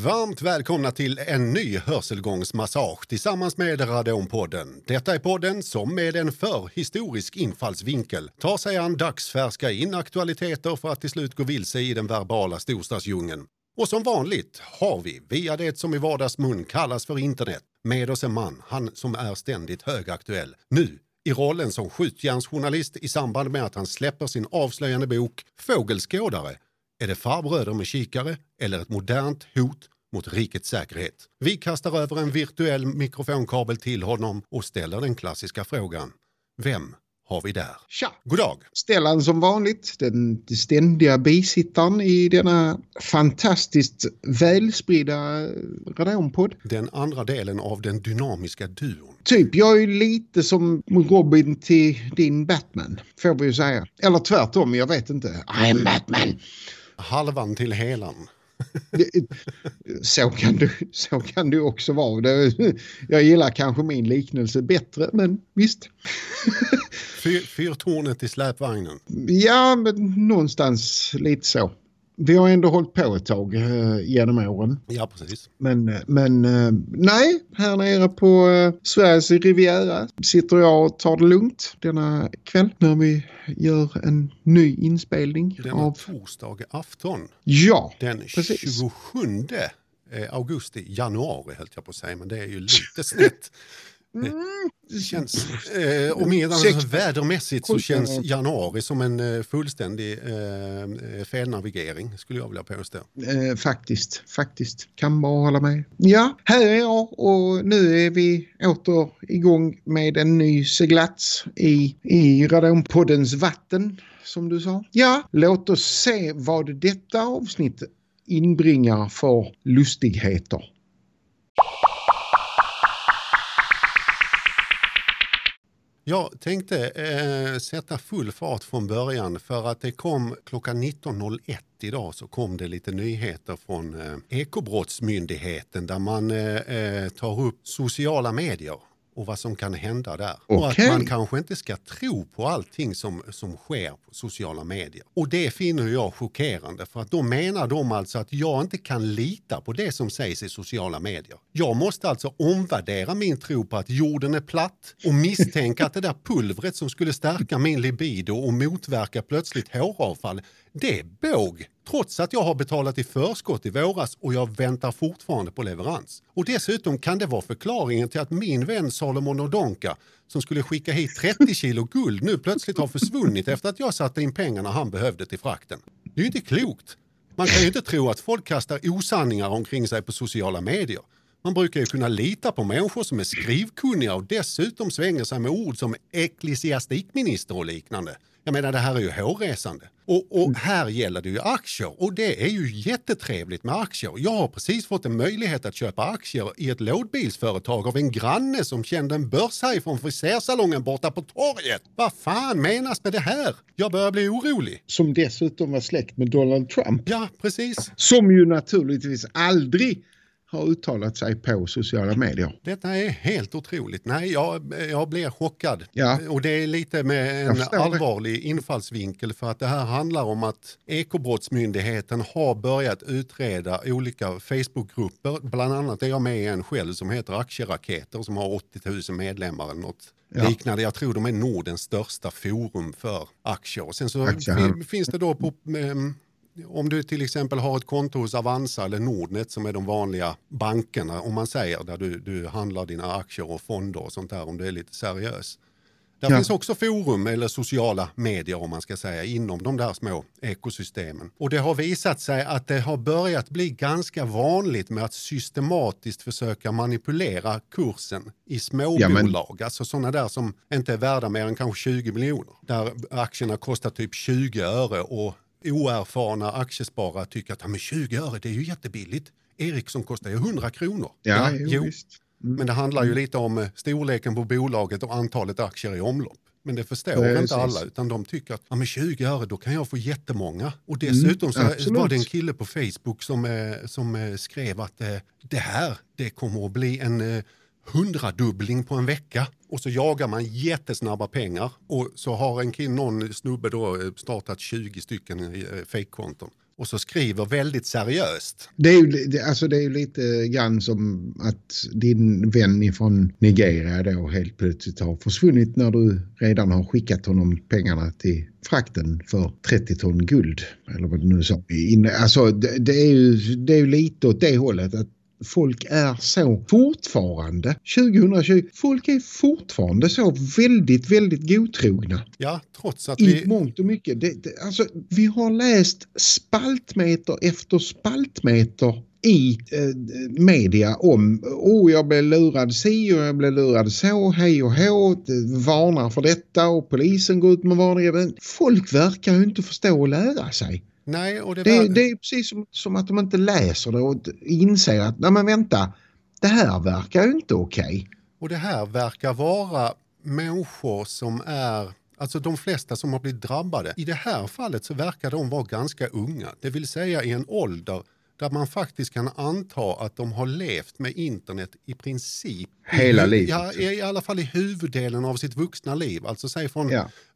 Varmt välkomna till en ny hörselgångsmassage tillsammans med Radonpodden. Detta är podden som med en förhistorisk infallsvinkel tar sig an dagsfärska inaktualiteter för att till slut gå vilse i den verbala storstadsdjungeln. Och som vanligt har vi, via det som i vardagsmun kallas för internet, med oss en man, han som är ständigt högaktuell. Nu, i rollen som skjutjärnsjournalist i samband med att han släpper sin avslöjande bok Fågelskådare. Är det farbröder med kikare eller ett modernt hot mot rikets säkerhet? Vi kastar över en virtuell mikrofonkabel till honom och ställer den klassiska frågan. Vem har vi där? Tja! God dag! Stellan som vanligt, den ständiga bisittaren i denna fantastiskt välspridda radonpodd. Den andra delen av den dynamiska duon. Typ, jag är lite som Robin till din Batman, får vi ju säga. Eller tvärtom, jag vet inte. I'm Batman! Halvan till helan. Så kan du också vara. Jag gillar kanske min liknelse bättre, men visst. Fyrtornet i släpvagnen. Ja, men någonstans lite så. Vi har ändå hållit på ett tag genom åren. Ja, precis. Men nej, här nere på Sveriges Riviera sitter jag och tar det lugnt denna kväll när vi gör en ny inspelning. Denna torsdag afton. Ja, den precis. 27 augusti, januari helt jag på att säga, men det är ju lite snett. Det känns, om inget vädermässigt så känns januari som en fullständig felnavigering, skulle jag vilja påstå. Faktiskt. Kan bara hålla med. Ja, här är jag och nu är vi åter igång med en ny seglats i Radonpoddens vatten, som du sa. Ja, låt oss se vad detta avsnitt inbringar för lustigheter. Jag tänkte sätta full fart från början för att det kom klockan 19.01 idag så kom det lite nyheter från Ekobrottsmyndigheten där man tar upp sociala medier och vad som kan hända där. Okay. Och att man kanske inte ska tro på allting som sker på sociala medier. Och det finner jag chockerande för att då menar de alltså att jag inte kan lita på det som sägs i sociala medier. Jag måste alltså omvärdera min tro på att jorden är platt och misstänka att det där pulvret som skulle stärka min libido och motverka plötsligt håravfall, det är båg. Trots att jag har betalat i förskott i våras och jag väntar fortfarande på leverans. Och dessutom kan det vara förklaringen till att min vän Salomon Odonka som skulle skicka hit 30 kilo guld nu plötsligt har försvunnit efter att jag satte in pengarna han behövde till frakten. Det är ju inte klokt. Man kan ju inte tro att folk kastar osanningar omkring sig på sociala medier. Man brukar ju kunna lita på människor som är skrivkunniga och dessutom svänger sig med ord som ecklesiastikminister och liknande. Jag menar, det här är ju hårresande. Och här gäller det ju aktier och det är ju jättetrevligt med aktier. Jag har precis fått en möjlighet att köpa aktier i ett lådbilsföretag av en granne som kände en börshaj från frisersalongen borta på torget. Vad fan menas med det här? Jag börjar bli orolig. Som dessutom var släkt med Donald Trump. Ja, precis. Som ju naturligtvis aldrig har uttalat sig på sociala medier. Detta är helt otroligt. Nej, jag blir chockad. Ja. Och det är lite med en allvarlig infallsvinkel för att det här handlar om att Ekobrottsmyndigheten har börjat utreda olika Facebookgrupper. Bland annat är jag med i en själv som heter Aktieraketer som har 80 000 medlemmar eller något liknande. Jag tror de är Nordens största forum för aktier. Sen så finns det då på... Om du till exempel har ett konto hos Avanza eller Nordnet som är de vanliga bankerna, om man säger, där du handlar dina aktier och fonder och sånt där, om du är lite seriös. Där finns också forum eller sociala medier, om man ska säga, inom de där små ekosystemen. Och det har visat sig att det har börjat bli ganska vanligt med att systematiskt försöka manipulera kursen i småbolag. Alltså sådana där som inte är värda mer än kanske 20 miljoner. Där aktierna kostar typ 20 öre och oerfarna aktiesparare tycker att 20 öre det är ju jättebilligt. Ericsson kostar ju 100 kronor. Ja, visst. Men det handlar ju lite om storleken på bolaget och antalet aktier i omlopp. Men det förstår inte alla utan de tycker att 20 öre då kan jag få jättemånga. Och dessutom så var det en kille på Facebook som skrev att det kommer att bli en 100-dubbling på en vecka. Och så jagar man jättesnabba pengar. Och så har någon snubbe då startat 20 stycken fake-konton. och så skriver väldigt seriöst. Det är ju lite grann som att din vän från Nigeria då helt plötsligt har försvunnit när du redan har skickat honom pengarna till frakten för 30 ton guld. Eller vad du nu sa. Alltså det är ju lite åt det hållet att folk är så fortfarande 2020. Folk är fortfarande så väldigt, väldigt godtrogna. Ja, trots att I mångt och mycket. Alltså, vi har läst spaltmeter efter spaltmeter i media om jag blev lurad si och jag blev lurad så, hej och hå, varnar för detta och polisen går ut med varningar. Folk verkar ju inte förstå och lära sig. Nej, och det är precis som att de inte läser det och inser att nej men vänta, det här verkar ju inte okej. Och det här verkar vara människor som är, alltså de flesta som har blivit drabbade. I det här fallet så verkar de vara ganska unga. Det vill säga i en ålder där man faktiskt kan anta att de har levt med internet i princip hela livet. Ja, i alla fall i huvuddelen av sitt vuxna liv. Alltså säg från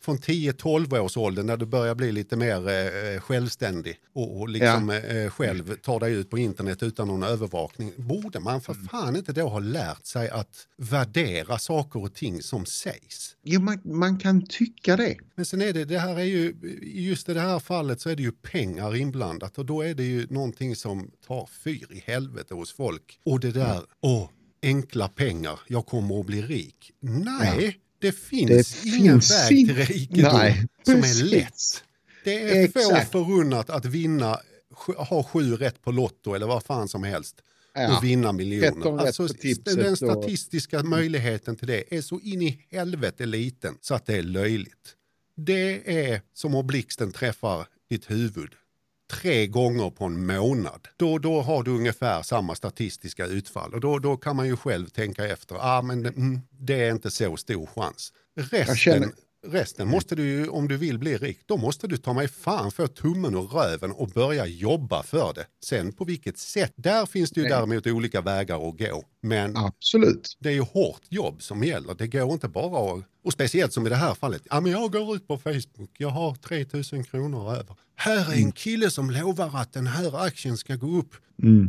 10-12 års åldern när du börjar bli lite mer självständig och liksom själv tar dig ut på internet utan någon övervakning. Borde man för fan inte då ha lärt sig att värdera saker och ting som sägs? Ja, man kan tycka det. Men sen är det här är ju, just i det här fallet så är det ju pengar inblandat och då är det ju någonting som tar fyr i helvete hos folk. Och det där, enkla pengar, jag kommer att bli rik. Nej, det finns ingen väg till rikedom som är lätt. Det är få förunnat att vinna, ha 7 rätt på lotto eller vad fan som helst och vinna miljoner. Alltså, den statistiska möjligheten till det är så in i helvete liten så att det är löjligt. Det är som om blixten träffar ditt huvud 3 gånger på en månad. Då har du ungefär samma statistiska utfall. Och då kan man ju själv tänka efter. Men det är inte så stor chans. Resten måste du ju, om du vill bli rik, då måste du ta mig fan för tummen och röven och börja jobba för det. Sen på vilket sätt, där finns det ju däremot olika vägar att gå. Men absolut. Det är ju hårt jobb som gäller. Det går inte bara och speciellt som i det här fallet. Ja, men jag går ut på Facebook, jag har 3 000 kronor över. Här är en kille som lovar att den här aktien ska gå upp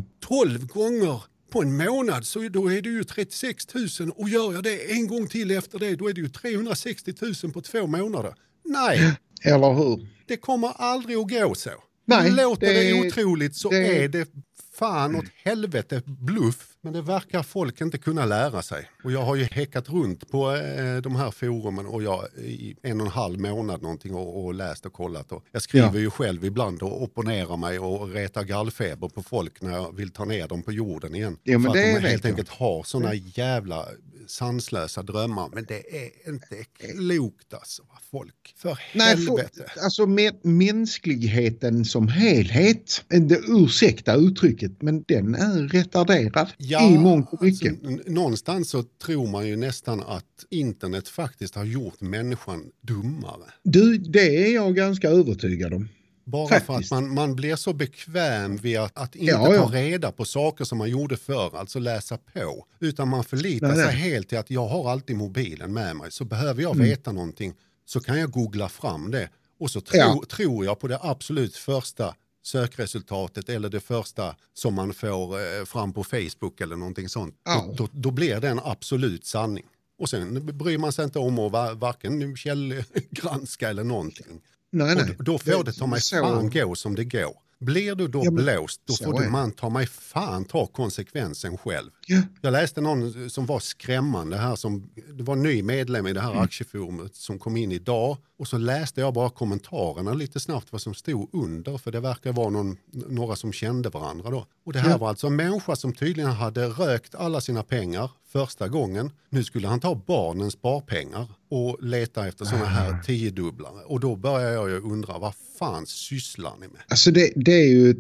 12 gånger på en månad, så då är det ju 36 000 och gör jag det en gång till efter det, då är det ju 360 000 på 2 månader. Nej. Eller hur? Det kommer aldrig att gå så. Nej, låter det otroligt så är det fan åt helvete bluff. Men det verkar folk inte kunna lära sig. Och jag har ju häckat runt på de här forumen och jag i 1,5 månad någonting och läst och kollat. Och jag skriver ju själv ibland och opponerar mig och retar gallfeber på folk när jag vill ta ner dem på jorden igen. Ja, men för det att de helt enkelt har såna jävla sanslösa drömmar. Men det är inte klokt alltså, folk. För helvete. Alltså med mänskligheten som helhet, ursäkta uttrycket, men den är retarderad i mångt och mycket. Alltså, någonstans så tror man ju nästan att internet faktiskt har gjort människan dummare. Det är jag ganska övertygad om. Bara faktiskt. För att man blir så bekväm vid att inte ta reda på saker som man gjorde förr, alltså läsa på. Utan man förlitar sig helt till att jag har alltid mobilen med mig. Så behöver jag veta någonting så kan jag googla fram det. Och så tror jag på det absolut första sökresultatet eller det första som man får fram på Facebook eller någonting sånt. Då blir det en absolut sanning. Och sen bryr man sig inte om att varken källgranska eller någonting. Nej. Och då får det ta mig fan gå som det går. Blir du då blåst, då får du man ta mig fan ta konsekvensen själv. Ja. Jag läste någon som var skrämmande här, det var en ny medlem i det här aktieforumet som kom in idag. Och så läste jag bara kommentarerna lite snabbt vad som stod under, för det verkar vara några som kände varandra då. Och det här var alltså en människa som tydligen hade rökt alla sina pengar första gången. Nu skulle han ta barnens sparpengar och leta efter sådana här 10-dubblare. Och då börjar jag ju undra, vad fan sysslar ni med? Alltså det är ju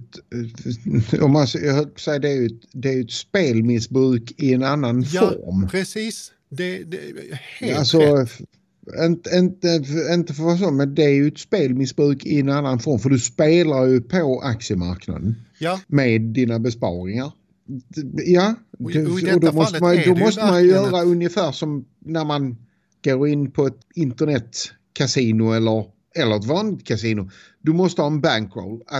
det är ett spelmissbruk i en annan form. Ja, precis. Det är helt alltså, rätt. Inte för vad så, men det är ju ett spelmissbruk i en annan form. För du spelar ju på aktiemarknaden med dina besparingar. Ja, och då måste man ju göra ungefär som när man går in på ett internetkasino eller ett vanligt kasino. Du måste ha en bankroll att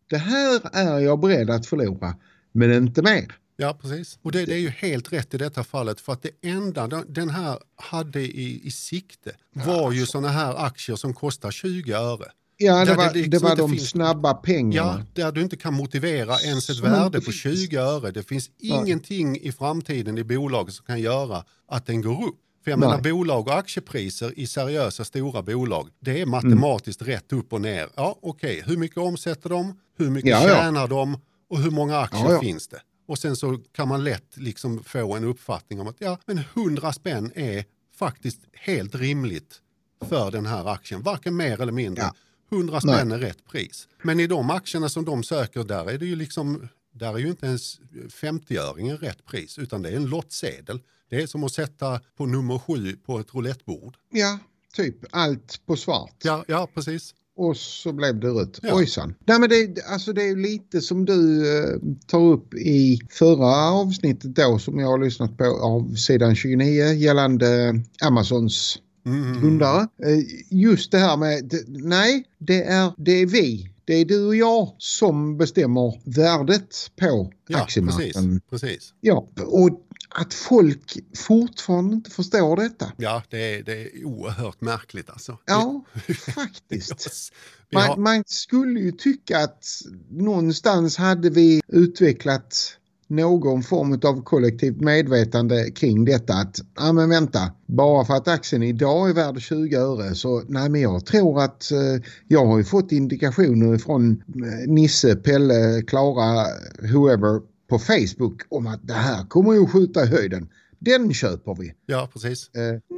det här är jag beredd att förlora, men inte mer. Ja, precis. Och det är ju helt rätt i detta fallet, för att det enda den här hade i sikte var ju såna här aktier som kostar 20 öre. Ja, det var de finns, snabba pengarna. Ja, där du inte kan motivera ens ett värde på 20 öre. Det finns ingenting i framtiden i bolaget som kan göra att den går upp. För jag menar, bolag och aktiepriser i seriösa stora bolag, det är matematiskt rätt upp och ner. Ja, okej. Hur mycket omsätter de? Hur mycket tjänar de? Och hur många aktier finns det? Och sen så kan man lätt liksom få en uppfattning om att 100 spänn är faktiskt helt rimligt för den här aktien. Varken mer eller mindre. 100 spänn är rätt pris. Men i de aktierna som de söker, där är det ju liksom, där är ju inte ens 50-öringen rätt pris, utan det är en lottsedel. Det är som att sätta på nummer 7 på ett roulettebord. Ja, typ allt på svart. Ja, precis. Och så blev det rött. Ja. Ojsan. Nej, men det är lite som du tar upp i förra avsnittet då, som jag har lyssnat på av sidan 29 gällande Amazons grundare. Just det här med, det är vi. Det är du och jag som bestämmer värdet på aktiemarknaden. Precis. Ja, och att folk fortfarande inte förstår detta. Ja, det är oerhört märkligt alltså. Ja, faktiskt. Man skulle ju tycka att någonstans hade vi utvecklat någon form av kollektivt medvetande kring detta, att men vänta, bara för att aktien idag är värd 20 öre så men jag tror att jag har ju fått indikationer från Nisse, Pelle, Klara, whoever på Facebook om att det här kommer ju skjuta i höjden. Den köper vi. Ja, precis.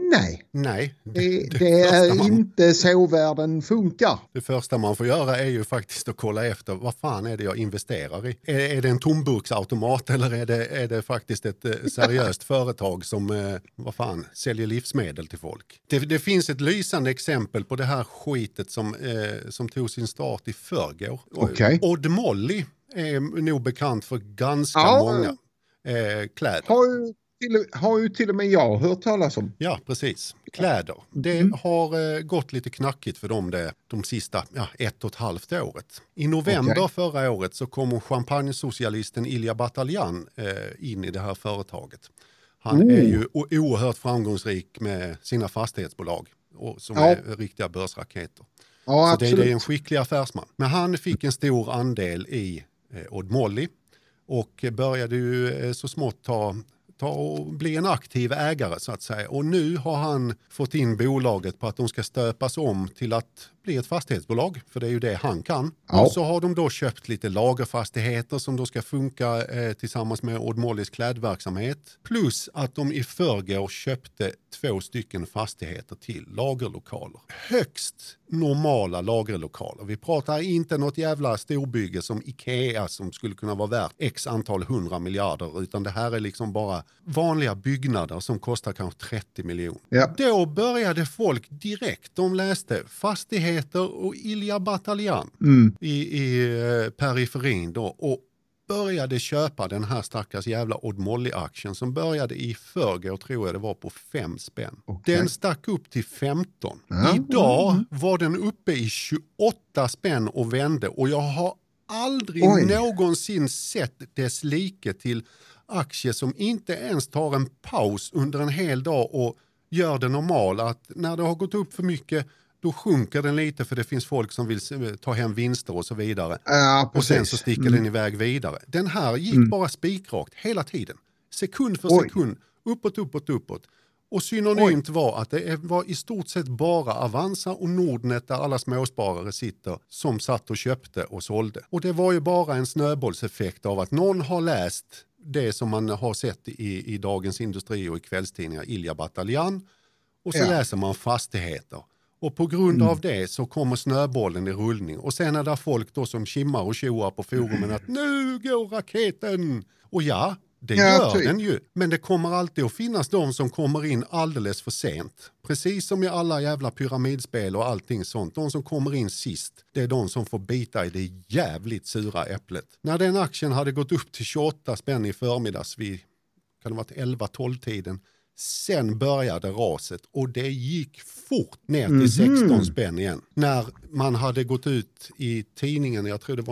Nej. Det är inte så världen funkar. Det första man får göra är ju faktiskt att kolla efter vad fan är det jag investerar i. Är det en tomburksautomat eller är det faktiskt ett seriöst företag som säljer livsmedel till folk? Det finns ett lysande exempel på det här skitet som tog sin start i förrgår. Okay. Odd Molly är nog bekant för ganska många kläder. Har ju till och med jag hört talas om. Ja, precis. Kläder. Det har gått lite knackigt för dem de sista 1,5 året. I november förra året så kom champagnesocialisten Ilja Bataljan in i det här företaget. Han är ju oerhört framgångsrik med sina fastighetsbolag som är riktiga börsraketer. Ja, så det är en skicklig affärsman. Men han fick en stor andel i Odd Molly och började ju så smått ta och bli en aktiv ägare så att säga. Och nu har han fått in bolaget på att de ska stöpas om till att bli ett fastighetsbolag. För det är ju det han kan. Ja. Och så har de då köpt lite lagerfastigheter som då ska funka tillsammans med Odd Mollys klädverksamhet. Plus att de i förrgår köpte 2 stycken fastigheter till lagerlokaler. Högst normala lagerlokaler. Vi pratar inte något jävla storbygge som Ikea som skulle kunna vara värt x antal 100 miljarder. Utan det här är liksom bara vanliga byggnader som kostar kanske 30 miljoner. Ja. Då började folk direkt, de läste fastigheter och Ilja Bataljan i periferin då och började köpa den här stackars jävla Odd Molly-aktien som började i förrgår, tror jag det var, på 5 spänn. Okay. Den stack upp till 15. Idag var den uppe i 28 spänn och vände och jag har aldrig någonsin sett dess like till aktier som inte ens tar en paus under en hel dag och gör det normala att när det har gått upp för mycket då sjunker den lite för det finns folk som vill ta hem vinster och så vidare. Och sen så sticker den iväg vidare. Den här gick bara spikrakt hela tiden. Sekund för sekund. Uppåt. Och synonymt var att det var i stort sett bara Avanza och Nordnet där alla småsparare sitter som satt och köpte och sålde. Och det var ju bara en snöbollseffekt av att någon har läst det som man har sett i Dagens Industri och i kvällstidningar, Ilja Bataljan. Och så läser man fastigheter. Och på grund av det så kommer snöbollen i rullning. Och sen är det folk då som kimmar och tjoar på forumen att nu går raketen. Och det gör den ju. Men det kommer alltid att finnas de som kommer in alldeles för sent. Precis som i alla jävla pyramidspel och allting sånt. De som kommer in sist, det är de som får bita i det jävligt sura äpplet. När den aktien hade gått upp till 28 spänn i förmiddags vid, kan det varit 11-12 tiden, Sen började raset och det gick fort ner till 16 spänn igen. När man hade gått ut i tidningen, jag tror det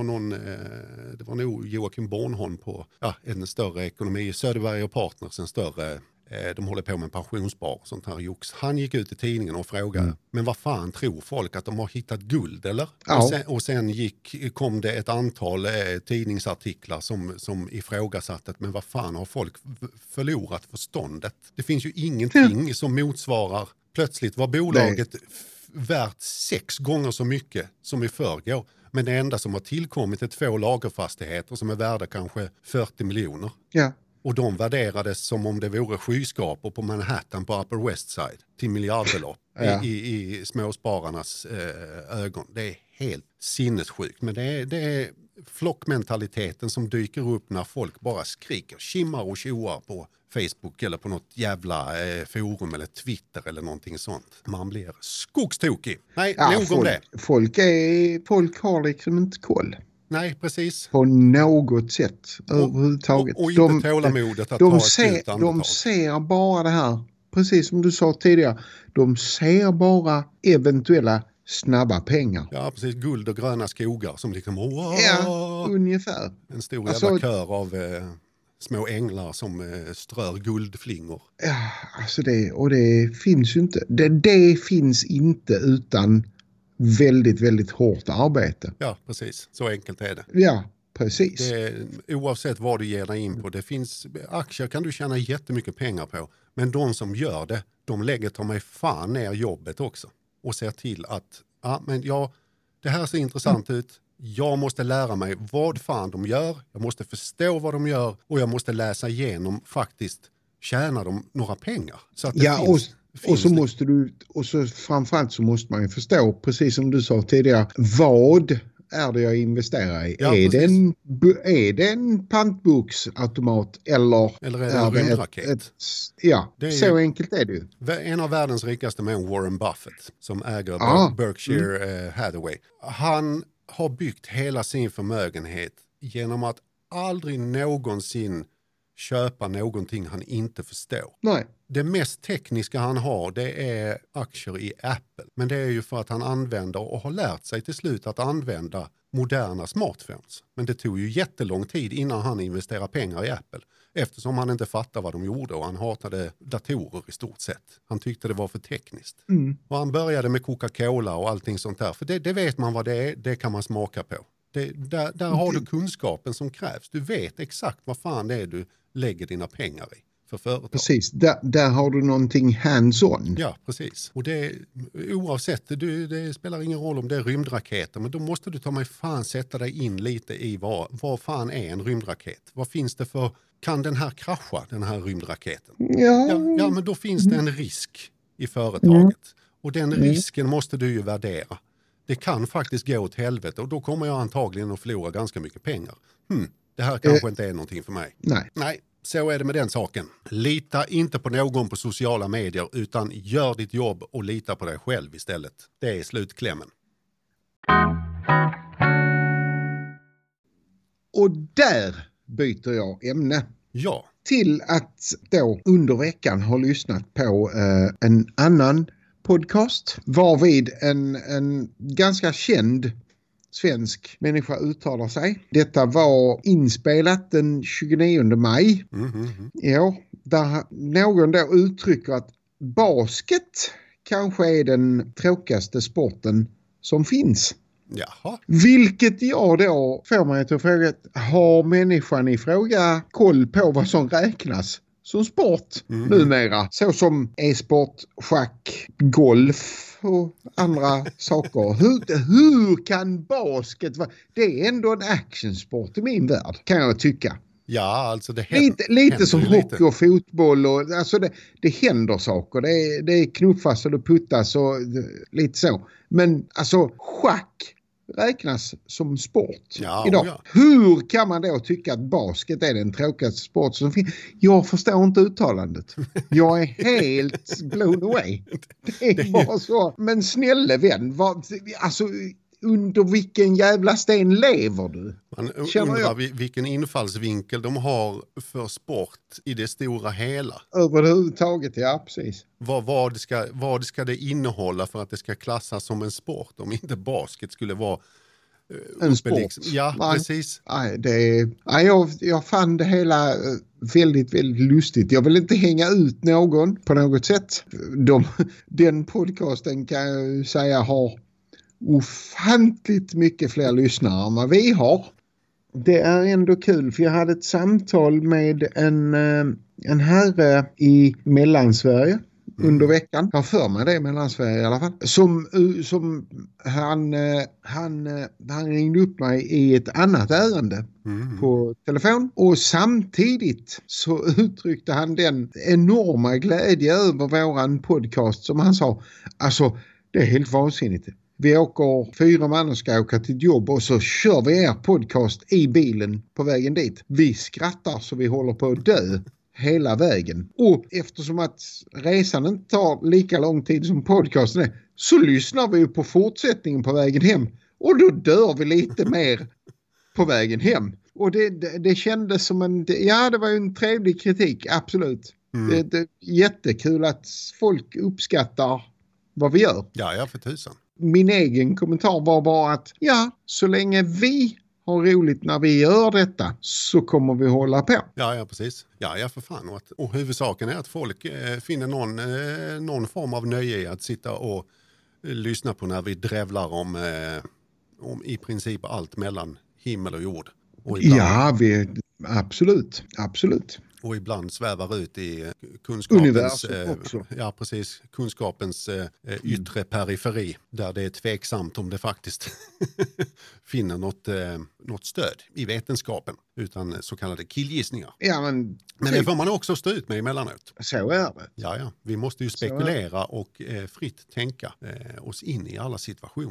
var nog Joakim Bornholm på en större ekonomi, Söderberg och Partners, en större, de håller på med pensionsspar och sånt här jox. Han gick ut i tidningen och frågade, men vad fan tror folk att de har hittat guld eller? Ja. Och sen kom det ett antal tidningsartiklar som ifrågasatte, men vad fan har folk förlorat förståndet? Det finns ju ingenting som motsvarar, plötsligt var bolaget värt 6 gånger så mycket som i förrgår. Men det enda som har tillkommit är 2 lagerfastigheter som är värda kanske 40 miljoner. Ja. Och de värderades som om det vore skyskrapor på Manhattan på Upper West Side till miljardbelopp i småspararnas ögon. Det är helt sinnessjukt. Men det är flockmentaliteten som dyker upp när folk bara skriker, kimmar och tjoar på Facebook eller på något jävla forum eller Twitter eller någonting sånt. Man blir skogstokig. Nej, nog om det. Folk har liksom inte koll. Nej, precis. På något sätt överhuvudtaget. Och inte tålamodet att ta ett djupt andetag. De ser bara det här, precis som du sa tidigare, de ser bara eventuella snabba pengar. Ja, precis. Guld och gröna skogar som liksom, ja, ungefär. En stor jävla kör av små änglar som strör guldflingor. Ja, alltså det finns ju inte. Det finns inte utan väldigt, väldigt hårt arbete. Ja, precis. Så enkelt är det. Ja, precis. Oavsett vad du ger dig in på. Det finns aktier kan du tjäna jättemycket pengar på. Men de som gör det, de lägger ta mig fan ner jobbet också. Och ser till att, det här ser intressant ut. Jag måste lära mig vad fan de gör. Jag måste förstå vad de gör. Och jag måste läsa igenom faktiskt, tjänar de några pengar. Så att det finns. Och så måste du, och så framförallt så måste man ju förstå, precis som du sa tidigare, vad är det jag investerar i? Ja, är det en pantboksautomat eller är det en rymdraket? Så enkelt är det ju. En av världens rikaste män, Warren Buffett, som äger Berkshire Hathaway. Han har byggt hela sin förmögenhet genom att aldrig någonsin köpa någonting han inte förstår. Nej. Det mest tekniska han har, det är aktier i Apple. Men det är ju för att han använder och har lärt sig till slut att använda moderna smartphones. Men det tog ju jättelång tid innan han investerade pengar i Apple. Eftersom han inte fattade vad de gjorde och han hatade datorer i stort sett. Han tyckte det var för tekniskt. Och han började med Coca-Cola och allting sånt där. För det vet man vad det är, det kan man smaka på. Där har du kunskapen som krävs. Du vet exakt vad fan det är du lägger dina pengar i för företag. Precis, där har du någonting hands-on. Ja, precis. Och det oavsett, det spelar ingen roll om det är rymdraketer, men då måste du ta mig fan sätta dig in lite i vad fan är en rymdraket? Vad finns det för, kan den här krascha, den här rymdraketen? Ja, men då finns det en risk i företaget. Och den risken måste du ju värdera. Det kan faktiskt gå åt helvete och då kommer jag antagligen att förlora ganska mycket pengar. Det här kanske inte är någonting för mig. Nej, så är det med den saken. Lita inte på någon på sociala medier utan gör ditt jobb och lita på dig själv istället. Det är slutklämmen. Och där byter jag ämne. Ja. Till att då under veckan har lyssnat på en annan podcast varvid en ganska känd svensk människa uttalar sig. Detta var inspelat den 29 maj. Ja, där någon då uttrycker att basket kanske är den tråkigaste sporten som finns. Jaha. Vilket jag då får mig att fråga, har människan i fråga koll på vad som räknas som sport numera? Så som e-sport, schack, golf och andra saker. Hur kan basket vara? Det är ändå en actionsport i min värld, kan jag tycka. Ja, alltså det lite som hockey och fotboll. Och, alltså det händer saker. Det knuffas och det puttas och lite så. Men alltså schack räknas som sport idag. Ja. Hur kan man då tycka att basket är den tråkigaste sport som finns? Jag förstår inte uttalandet. Jag är helt blown away. Det är bara så. Men snälla vän, alltså under vilken jävla sten lever du? Man undrar vilken infallsvinkel de har för sport i det stora hela. Överhuvudtaget, ja precis. Vad ska det innehålla för att det ska klassas som en sport om inte basket skulle vara en sport? Liksom. Ja, nej, precis. Jag fann det hela väldigt, väldigt lustigt. Jag vill inte hänga ut någon på något sätt. Den podcasten kan jag säga har ofantligt mycket fler lyssnare än vad vi har. Det är ändå kul för jag hade ett samtal med en herre i Mellansverige under veckan. Jag har för mig det i Mellansverige i alla fall. Som han ringde upp mig i ett annat ärende på telefon. Och samtidigt så uttryckte han den enorma glädje över våran podcast som han sa. Alltså, det är helt vansinnigt. Vi åker 4 man och ska åka till ett jobb och så kör vi er podcast i bilen på vägen dit. Vi skrattar så vi håller på att dö hela vägen. Och eftersom att resan inte tar lika lång tid som podcasten är så lyssnar vi på fortsättningen på vägen hem. Och då dör vi lite mer på vägen hem. Och det kändes som det var ju en trevlig kritik, absolut. Det är jättekul att folk uppskattar vad vi gör. Ja, för tusan. Min egen kommentar var bara att så länge vi har roligt när vi gör detta så kommer vi hålla på. Ja, precis. Ja, för fan. Och huvudsaken är att folk finner någon form av nöje i att sitta och lyssna på när vi drävlar om i princip allt mellan himmel och jord. Och ibland, absolut. Och ibland svävar ut i kunskapens, också. Precis, kunskapens yttre periferi där det är tveksamt om det faktiskt finner något stöd i vetenskapen utan så kallade killgissningar. Ja, men det får man också stå ut med emellanåt. Så är det. Ja. Vi måste ju spekulera och fritt tänka oss in i alla situationer.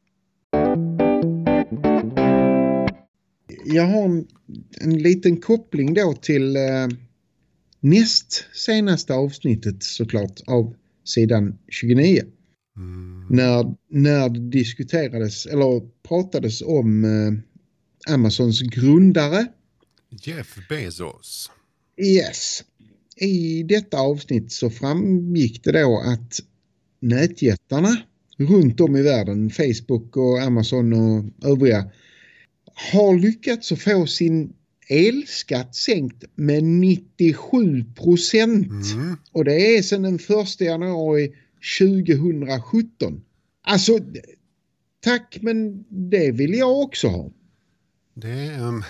Jag har en liten koppling då till näst senaste avsnittet såklart av sidan 29. När det diskuterades eller pratades om Amazons grundare. Jeff Bezos. Yes. I detta avsnitt så framgick det då att nätjättarna runt om i världen, Facebook och Amazon och övriga, har lyckats att få sin elskatt sänkt med 97%. Och det är sedan den 1 januari 2017. Alltså, tack, men det vill jag också ha. Det är...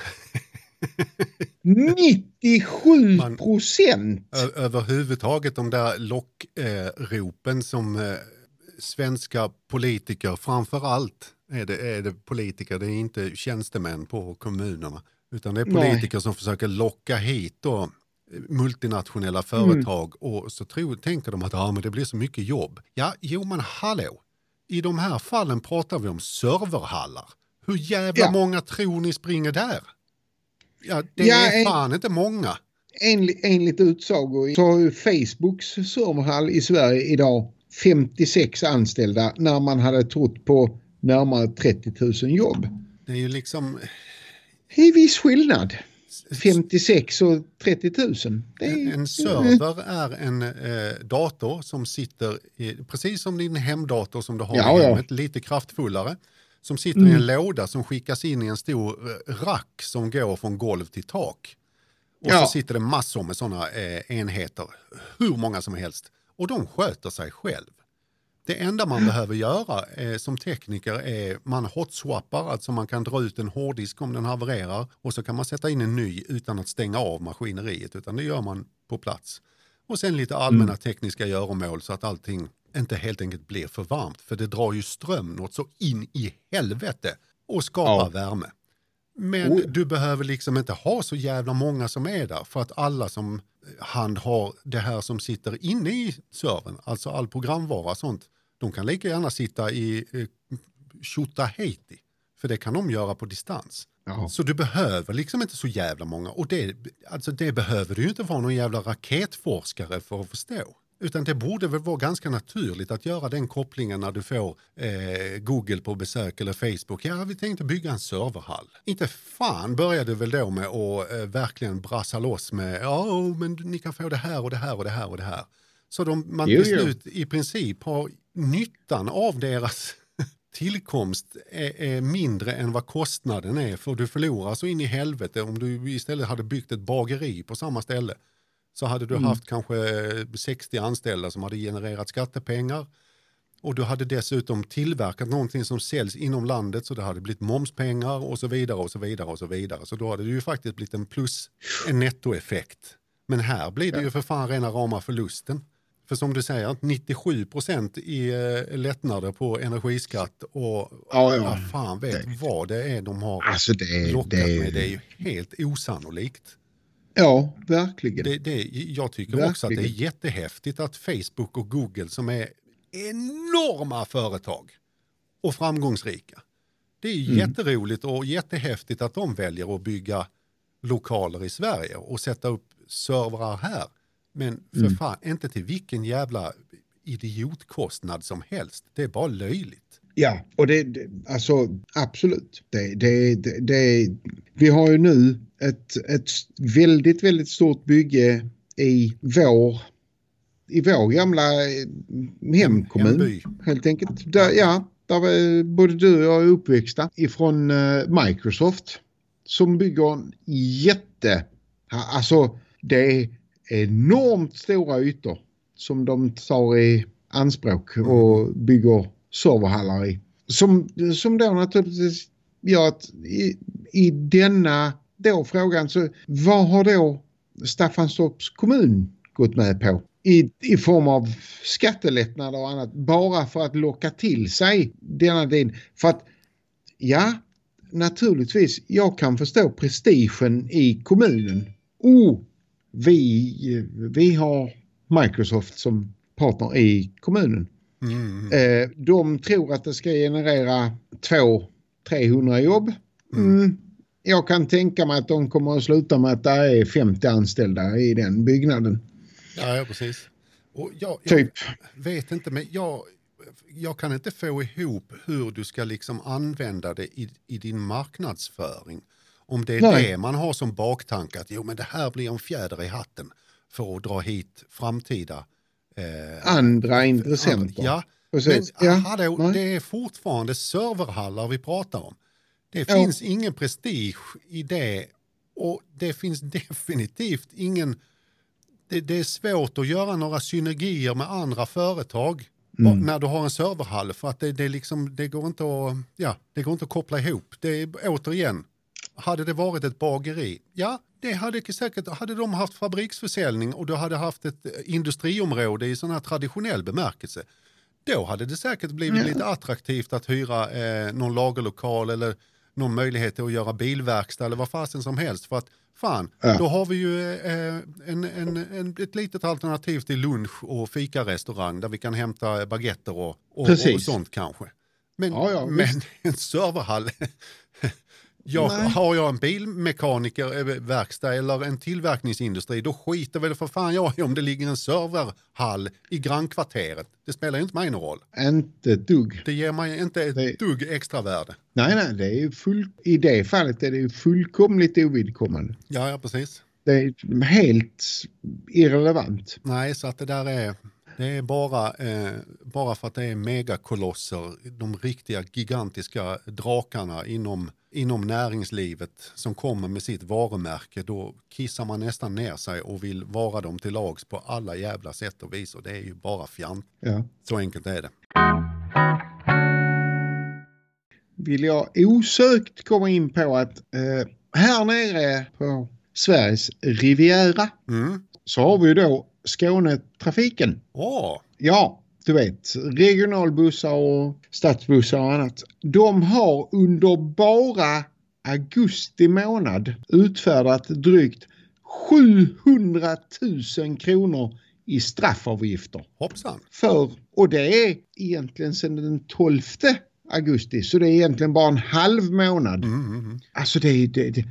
97%! Överhuvudtaget de där lockropen som svenska politiker, framförallt är det politiker, det är inte tjänstemän på kommunerna, utan det är politiker som försöker locka hit då multinationella företag och så tänker de att men det blir så mycket jobb. Men hallå, i de här fallen pratar vi om serverhallar. Hur jävla många tror ni springer där? Det är fan inte många. Enligt utsago så har ju Facebooks serverhall i Sverige idag 56 anställda när man hade trott på närmare 30 000 jobb. Det är ju liksom... Det är viss skillnad. 56 och 30 000. En server är en dator som sitter precis som din hemdator som du har i hemmet, lite kraftfullare. Som sitter i en låda som skickas in i en stor rack som går från golv till tak. Och så sitter det massor med sådana enheter, hur många som helst. Och de sköter sig själv. Det enda man behöver göra som tekniker är man hotswappar, alltså man kan dra ut en hårddisk om den havererar och så kan man sätta in en ny utan att stänga av maskineriet, utan det gör man på plats. Och sen lite allmänna tekniska göromål så att allting inte helt enkelt blir för varmt, för det drar ju ström något så in i helvete och skapar värme. Men du behöver liksom inte ha så jävla många som är där, för att alla som handhar det här som sitter inne i servern, alltså all programvara och sånt, de kan lika gärna sitta i Tjotahejti, för det kan de göra på distans. Så du behöver liksom inte så jävla många, och det behöver du ju inte vara någon jävla raketforskare för att förstå. Utan det borde väl vara ganska naturligt att göra den kopplingen när du får Google på besök eller Facebook. Ja, vi tänkte bygga en serverhall. Inte fan började väl då med att verkligen brassa loss med men ni kan få det här och det här och det här och det här. Så man till slut i princip har nyttan av deras tillkomst är mindre än vad kostnaden är. För du förlorar så in i helvete om du istället hade byggt ett bageri på samma ställe. Så hade du haft kanske 60 anställda som hade genererat skattepengar. Och du hade dessutom tillverkat någonting som säljs inom landet, så det hade blivit momspengar och så vidare och så vidare och så vidare. Så då hade det ju faktiskt blivit en nettoeffekt. Men här blir det ju för fan rena rama förlusten. För som du säger, 97% i lättnader på energiskatt och fan vet vad det är de har lockat med. Det är ju helt osannolikt. Ja, verkligen. Jag tycker också att det är jättehäftigt att Facebook och Google, som är enorma företag och framgångsrika. Det är jätteroligt och jättehäftigt att de väljer att bygga lokaler i Sverige och sätta upp servrar här. Men för fan, inte till vilken jävla idiotkostnad som helst. Det är bara löjligt. Ja, och alltså absolut. Vi har ju nu ett väldigt, väldigt stort bygge i vår gamla hemkommun. Hemby. Helt enkelt. Där både du och jag är uppväxta ifrån Microsoft, som bygger alltså det är enormt stora ytor som de tar i anspråk och bygger serverhallar i. Som då naturligtvis gör att i denna då frågan, så vad har då Staffanstorps kommun gått med på i form av skattelättnader och annat, bara för att locka till sig denna del? För att naturligtvis, jag kan förstå prestigen i kommunen. Vi har Microsoft som partner i kommunen. De tror att det ska generera 200-300 jobb. Jag kan tänka mig att de kommer att sluta med att det är 50 anställda i den byggnaden. Ja, precis. Och jag vet inte, men jag kan inte få ihop hur du ska liksom använda det i din marknadsföring. Om det är det man har som baktanke, att men det här blir en fjäder i hatten för att dra hit framtida andra intressenter. Ja, precis. Men det är fortfarande serverhallar vi pratar om. Det finns ingen prestige i det, och det finns definitivt ingen... Det är svårt att göra några synergier med andra företag när du har en serverhall, för att det går inte att koppla ihop. Det är återigen, hade det varit ett bageri, det hade de haft fabriksförsäljning och du hade haft ett industriområde i sån här traditionell bemärkelse. Då hade det säkert blivit lite attraktivt att hyra någon lagerlokal eller någon möjlighet att göra bilverkstad eller vad fasen som helst. För att då har vi ju ett litet alternativ till lunch- och fikarestaurang där vi kan hämta baguetter och sånt kanske. Men en serverhall... Har jag en bilmekanikerverkstad eller en tillverkningsindustri, då skiter väl för fan jag om det ligger en serverhall i grannkvarteret. Det spelar ju inte mig någon roll. Inte ett dugg. Det ger mig inte ett dugg extra värde. Nej, det är ju i det fallet är det ju fullkomligt ovidkommande. Ja, precis. Det är helt irrelevant. Nej, så att det är bara för att det är megakolosser, de riktiga gigantiska drakarna inom näringslivet som kommer med sitt varumärke, då kissar man nästan ner sig och vill vara dem till lags på alla jävla sätt och vis, och det är ju bara fjant. Ja. Så enkelt är det. Vill jag osökt komma in på att här nere på Sveriges Riviera så har vi då Skånetrafiken. Ja, du vet, regionalbussar och stadsbussar och annat. De har under bara augusti månad utfärdat drygt 700 000 kronor i straffavgifter. Hoppsan. Och det är egentligen sedan den 12 augusti, så det är egentligen bara en halv månad. Alltså det är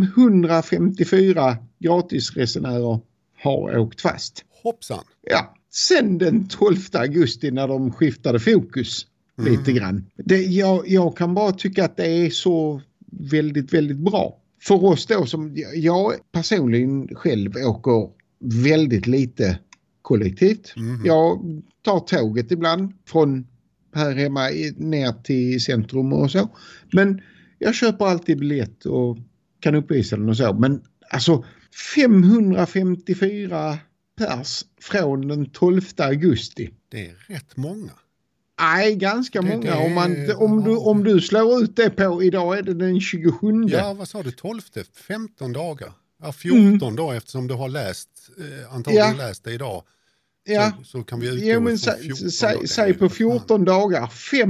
554 gratisresenärer har åkt fast. Hoppsan. Ja, sen den 12 augusti när de skiftade fokus lite grann. Jag kan bara tycka att det är så väldigt, väldigt bra. För oss då som jag personligen själv åker väldigt lite kollektivt. Jag tar tåget ibland från här hemma ner till centrum och så. Men jag köper alltid biljett och kan uppvisa den och så. Men alltså 554 pers från den 12 augusti. Det är rätt många. Nej, ganska många. Om du slår ut det på, idag är det den 27. Ja, vad sa du? 12? 15 dagar? Ja, 14 dagar eftersom du har antagligen läst det idag. Ja. Så kan vi utgå från 14 dagar. Säg på 14 dagar,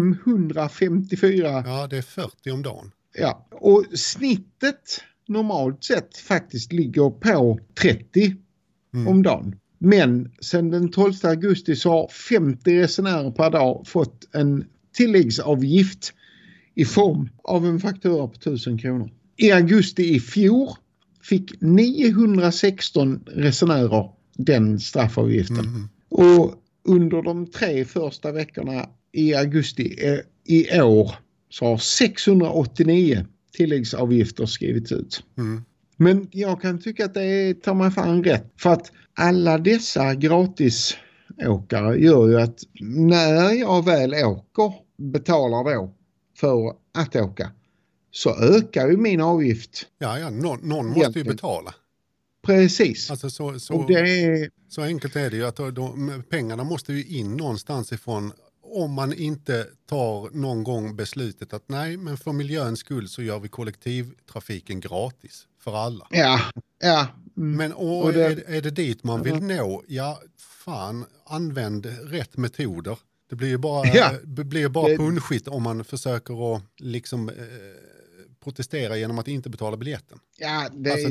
554. Ja, det är 40 om dagen. Ja, och snittet normalt sett faktiskt ligger på 30 om dagen. Men sen den 12 augusti så har 50 resenärer per dag fått en tilläggsavgift i form av en faktura på 1000 kronor. I augusti i fjol fick 916 resenärer den straffavgiften. Och under de 3 första veckorna i augusti i år så har 689 tilläggsavgifter skrivits ut. Men jag kan tycka att det tar mig fan rätt. För att alla dessa gratisåkare gör ju att när jag väl betalar då för att åka, så ökar ju min avgift. Ja, någon måste ju betala. Precis. Alltså så enkelt är det ju att pengarna måste ju in någonstans ifrån, om man inte tar någon gång beslutet att nej, men för miljöns skull så gör vi kollektivtrafiken gratis för alla. Ja. Men är det dit man vill nå? Ja, fan, använd rätt metoder. Det blir ju bara punschigt om man försöker att liksom protestera genom att inte betala biljetten. Ja,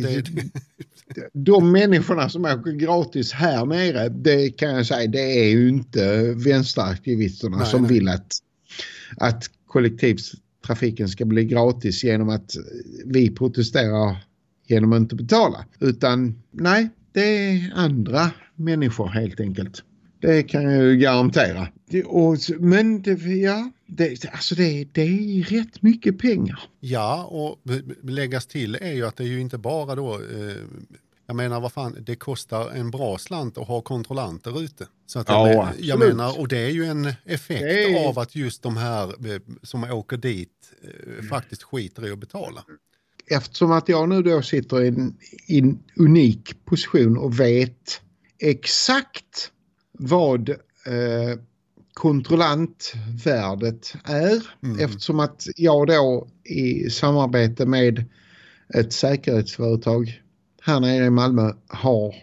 de människorna som åker gratis här nere, det kan jag säga, det är ju inte vänsteraktivisterna som vill att kollektivtrafiken ska bli gratis genom att vi protesterar genom att inte betala. Utan nej, det är andra människor helt enkelt. Det kan jag ju garantera. Men det är rätt mycket pengar. Ja, och läggas till är ju att det är ju inte bara då, jag menar vad fan, det kostar en bra slant att ha kontrollanter ute. Så att jag menar, och det är ju en effekt av att just de här som åker dit faktiskt skiter i att betala. Eftersom att jag nu då sitter i en unik position och vet exakt vad kontrollantvärdet är, eftersom att jag då i samarbete med ett säkerhetsföretag här nere i Malmö har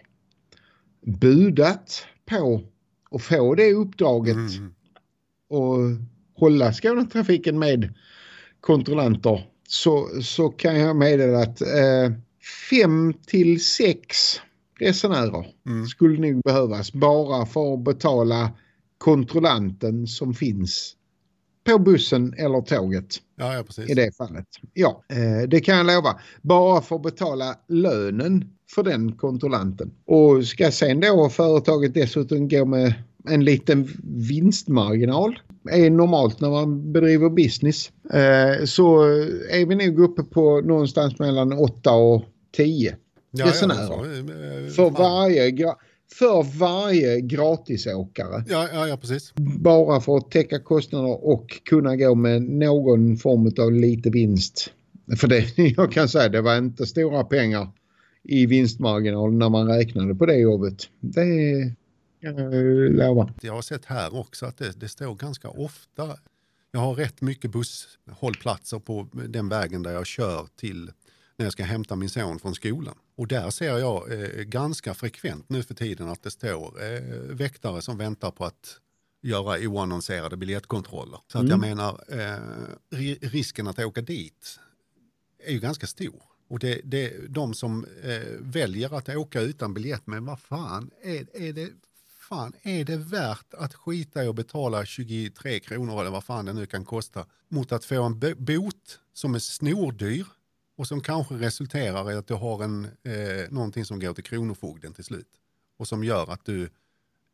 budat på att få det uppdraget och hålla Skånetrafiken med kontrollanter, så kan jag meddela att 5 till 6 resenärer skulle nog behövas bara för att betala kontrollanten som finns på bussen eller tåget. Ja, precis. I det fallet. Ja, det kan jag lova. Bara för att betala lönen för den kontrollanten. Och ska sen då företaget dessutom gå med en liten vinstmarginal, är normalt när man bedriver business, så är vi nog uppe på någonstans mellan 8 och 10 resenärer. För varje gratisåkare. Ja, precis. Bara för att täcka kostnader och kunna gå med någon form av lite vinst. För det, jag kan säga, det var inte stora pengar i vinstmarginal när man räknade på det jobbet. Det kan jag lova. Jag har sett här också att det står ganska ofta. Jag har rätt mycket busshållplatser på den vägen där jag kör till när jag ska hämta min son från skolan. Och där ser jag ganska frekvent nu för tiden att det står väktare som väntar på att göra oannonserade biljettkontroller. Så att jag menar, risken att åka dit är ju ganska stor. Och de som väljer att åka utan biljett, men vad fan är det värt att skita i och betala 23 kronor eller vad fan det nu kan kosta mot att få en bot som är snordyr och som kanske resulterar i att du har någonting som går till kronofogden till slut och som gör att du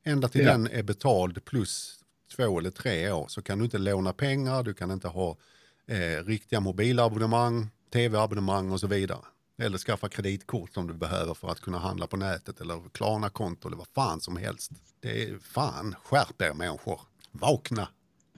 ända till den är betald plus 2 eller 3 år så kan du inte låna pengar, du kan inte ha riktiga mobilabonnemang, tv-abonnemang och så vidare. Eller skaffa kreditkort som du behöver för att kunna handla på nätet eller Klarna-konto eller vad fan som helst. Det är fan, skärp er människor. Vakna!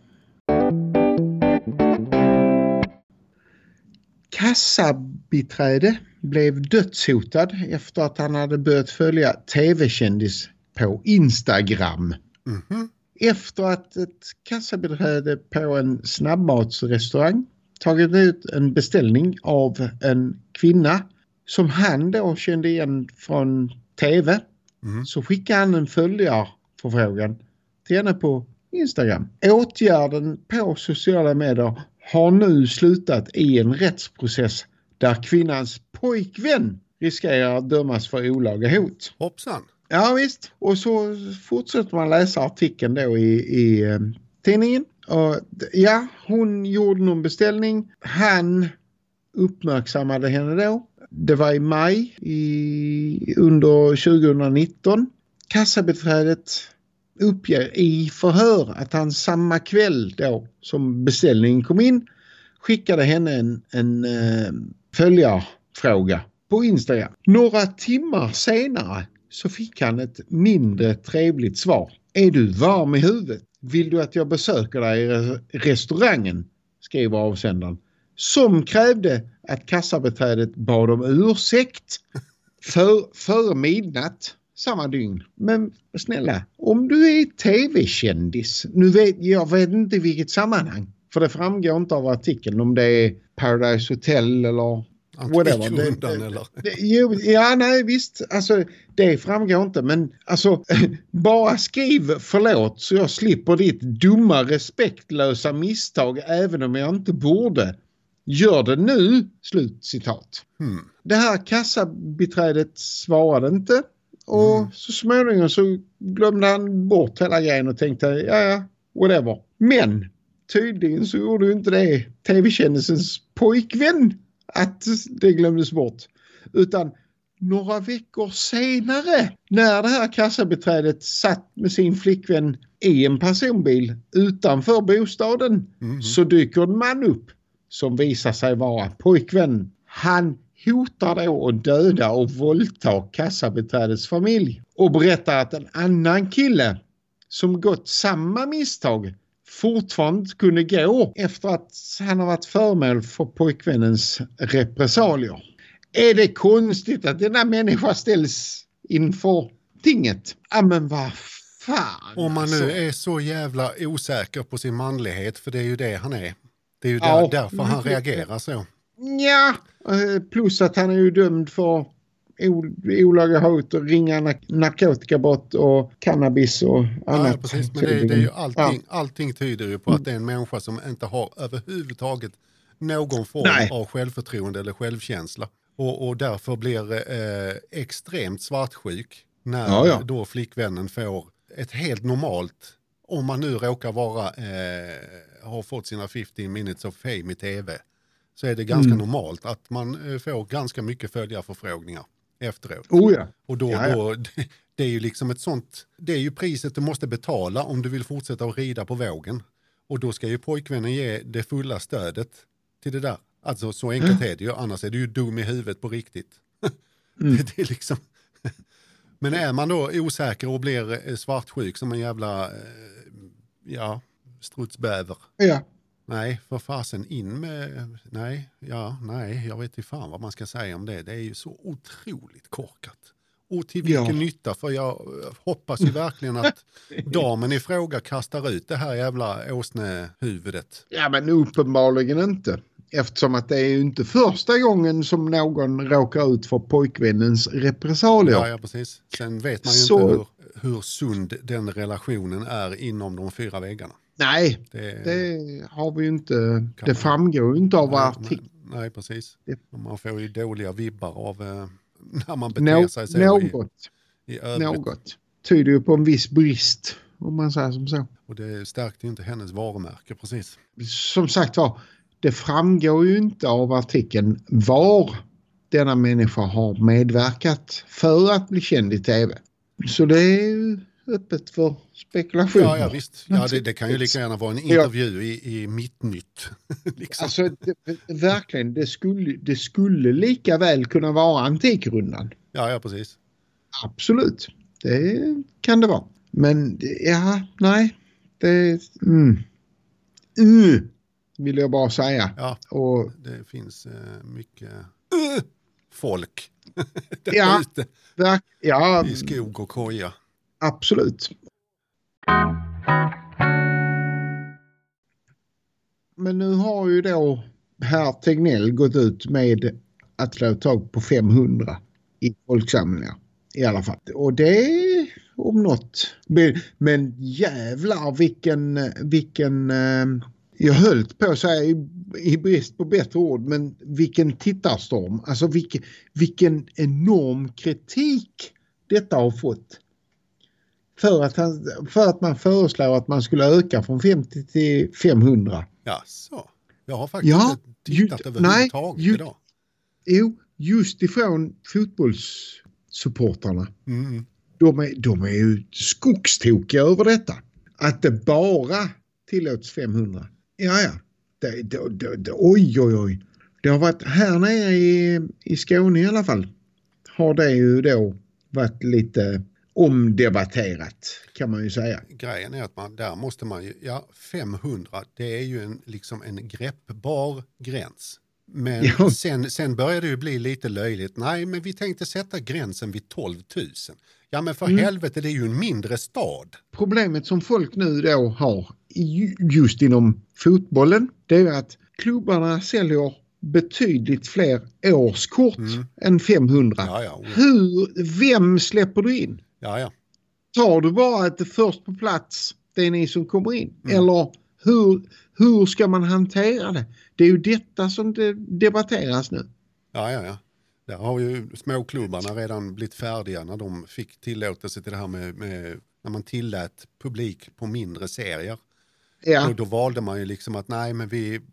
Kassabiträde blev dödshotad efter att han hade börjat följa tv-kändis på Instagram. Mhm. Efter att ett kassabiträde på en snabbmatsrestaurang tagit ut en beställning av en kvinna som han då kände igen från tv, så skickade han en följarförfrågan till henne på Instagram. Åtgärden på sociala medier har nu slutat i en rättsprocess där kvinnans pojkvän riskerar att dömas för olaga hot. Hoppsan! Ja visst, och så fortsätter man läsa artikeln då i tidningen. Och, ja, hon gjorde någon beställning. Han uppmärksammade henne då. Det var i maj under 2019. Kassabiträdet uppger i förhör att han samma kväll då som beställningen kom in skickade henne en följarfråga på Instagram. Några timmar senare så fick han ett mindre trevligt svar. Är du varm i huvudet? Vill du att jag besöker dig i restaurangen? Skriver avsändaren. Som krävde att kassabiträdet bad om ursäkt före midnatt samma dygn. Men snälla, om du är tv-kändis, jag vet inte vilket sammanhang. För det framgår inte av artikeln om det är Paradise Hotel eller whatever. Ja, nej visst. Alltså, det framgår inte. Men alltså, bara skriv förlåt så jag slipper ditt dumma respektlösa misstag även om jag inte borde. Gör det nu, slutcitat. Det här kassabiträdet svarade inte. Och så småningom så glömde han bort hela grejen och tänkte, ja, whatever. Men tydligen så gjorde ju inte det tv-kändisens pojkvän att det glömdes bort. Utan några veckor senare när det här kassabiträdet satt med sin flickvän i en personbil utanför bostaden så dyker en man upp som visar sig vara pojkvän. Han hotar då att döda och våldta kassabiträdets familj och berättar att en annan kille som gått samma misstag fortfarande kunde gå efter att han har varit föremål för pojkvännens repressalier. Är det konstigt att denna människa ställs inför tinget? Ja, men vad fan. Om man nu är så jävla osäker på sin manlighet, för det är ju det han är. Det är ju därför han reagerar så. Ja, plus att han är ju dömd för olaga hot och ringa narkotikabrott och cannabis och annat. Ja, precis. Men det är ju allting tyder ju på att det är en människa som inte har överhuvudtaget någon form av självförtroende eller självkänsla. Och därför blir extremt svartsjuk när då flickvännen får ett helt normalt, om man nu råkar vara har fått sina 15 minutes of fame i tv, så är det ganska normalt att man får ganska mycket följarförfrågningar efteråt. Och då det är ju liksom ett sånt, det är ju priset du måste betala om du vill fortsätta att rida på vågen. Och då ska ju pojkvännen ge det fulla stödet till det där. Alltså så enkelt är det ju, annars är du ju dum i huvudet på riktigt. Det är liksom. Men är man då osäker och blir svartsjuk som en jävla strutsbäver. Ja. Nej, för fasen in med, nej, jag vet inte fan vad man ska säga om det. Det är ju så otroligt korkat. Och till vilken nytta, för jag hoppas ju verkligen att damen i fråga kastar ut det här jävla åsnehuvudet. Ja, men uppenbarligen inte. Eftersom att det är ju inte första gången som någon råkar ut för pojkvännens repressalier. Ja, precis. Sen vet man ju inte hur sund den relationen är inom de 4 väggarna. Nej, det har vi ju inte. Det framgår ju inte av artikeln. Nej, precis. Man får ju dåliga vibbar av när man beter sig så i övrigt. Något tyder ju på en viss brist, om man säger som så. Och det stärkte ju inte hennes varumärke, precis. Som sagt var, det framgår ju inte av artikeln var denna människa har medverkat för att bli känd i tv. Så det är öppet för spekulationer. Ja, visst. Ja, det kan ju lika gärna vara en intervju i Mitt-Nytt. Liksom. Alltså, verkligen, det skulle lika väl kunna vara Antikrundan. Ja, precis. Absolut, det kan det vara. Men nej, det vill jag bara säga. Ja, och det finns mycket folk ja, ute i skog och koja. Absolut. Men nu har ju då herr Tegnell gått ut med att få tag på 500 i folksamlingar i alla fall. Och det är om något. Men jävlar vilken jag höll på att säga i brist på bättre ord, men vilken tittarstorm. Alltså vilken enorm kritik detta har fått. För att man föreslår att man skulle öka från 50 till 500. Ja, så. Jag har faktiskt inte tittat överhuvudtaget idag. Jo, just ifrån fotbollssupportarna. Mm. De är ju skogstokiga över detta. Att det bara tillåts 500. Ja. Oj. Det har varit här nere i Skåne i alla fall. Har det ju då varit lite omdebatterat, kan man ju säga. Grejen är att där måste man ju, 500, det är ju en greppbar gräns. Men sen börjar det ju bli lite löjligt. Nej, men vi tänkte sätta gränsen vid 12 000. Ja, men för helvete, det är ju en mindre stad. Problemet som folk nu då har just inom fotbollen, det är att klubbarna säljer betydligt fler årskort än 500. Ja. Vem släpper du in? Ja. Tar du bara att det först på plats, det är ni som kommer in? Eller hur ska man hantera det? Det är ju detta som det debatteras nu. Ja. Där har ju småklubbarna redan blivit färdiga när de fick tillåtelse till det här med när man tillät publik på mindre serier. Ja. Då valde man ju liksom att nej, men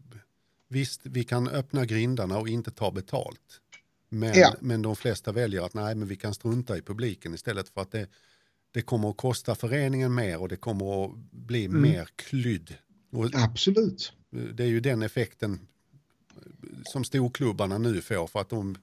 vi kan öppna grindarna och inte ta betalt. Men de flesta väljer att nej, men vi kan strunta i publiken istället, för att det kommer att kosta föreningen mer och det kommer att bli mer klydd. Och absolut. Det är ju den effekten som storklubbarna nu får, för att de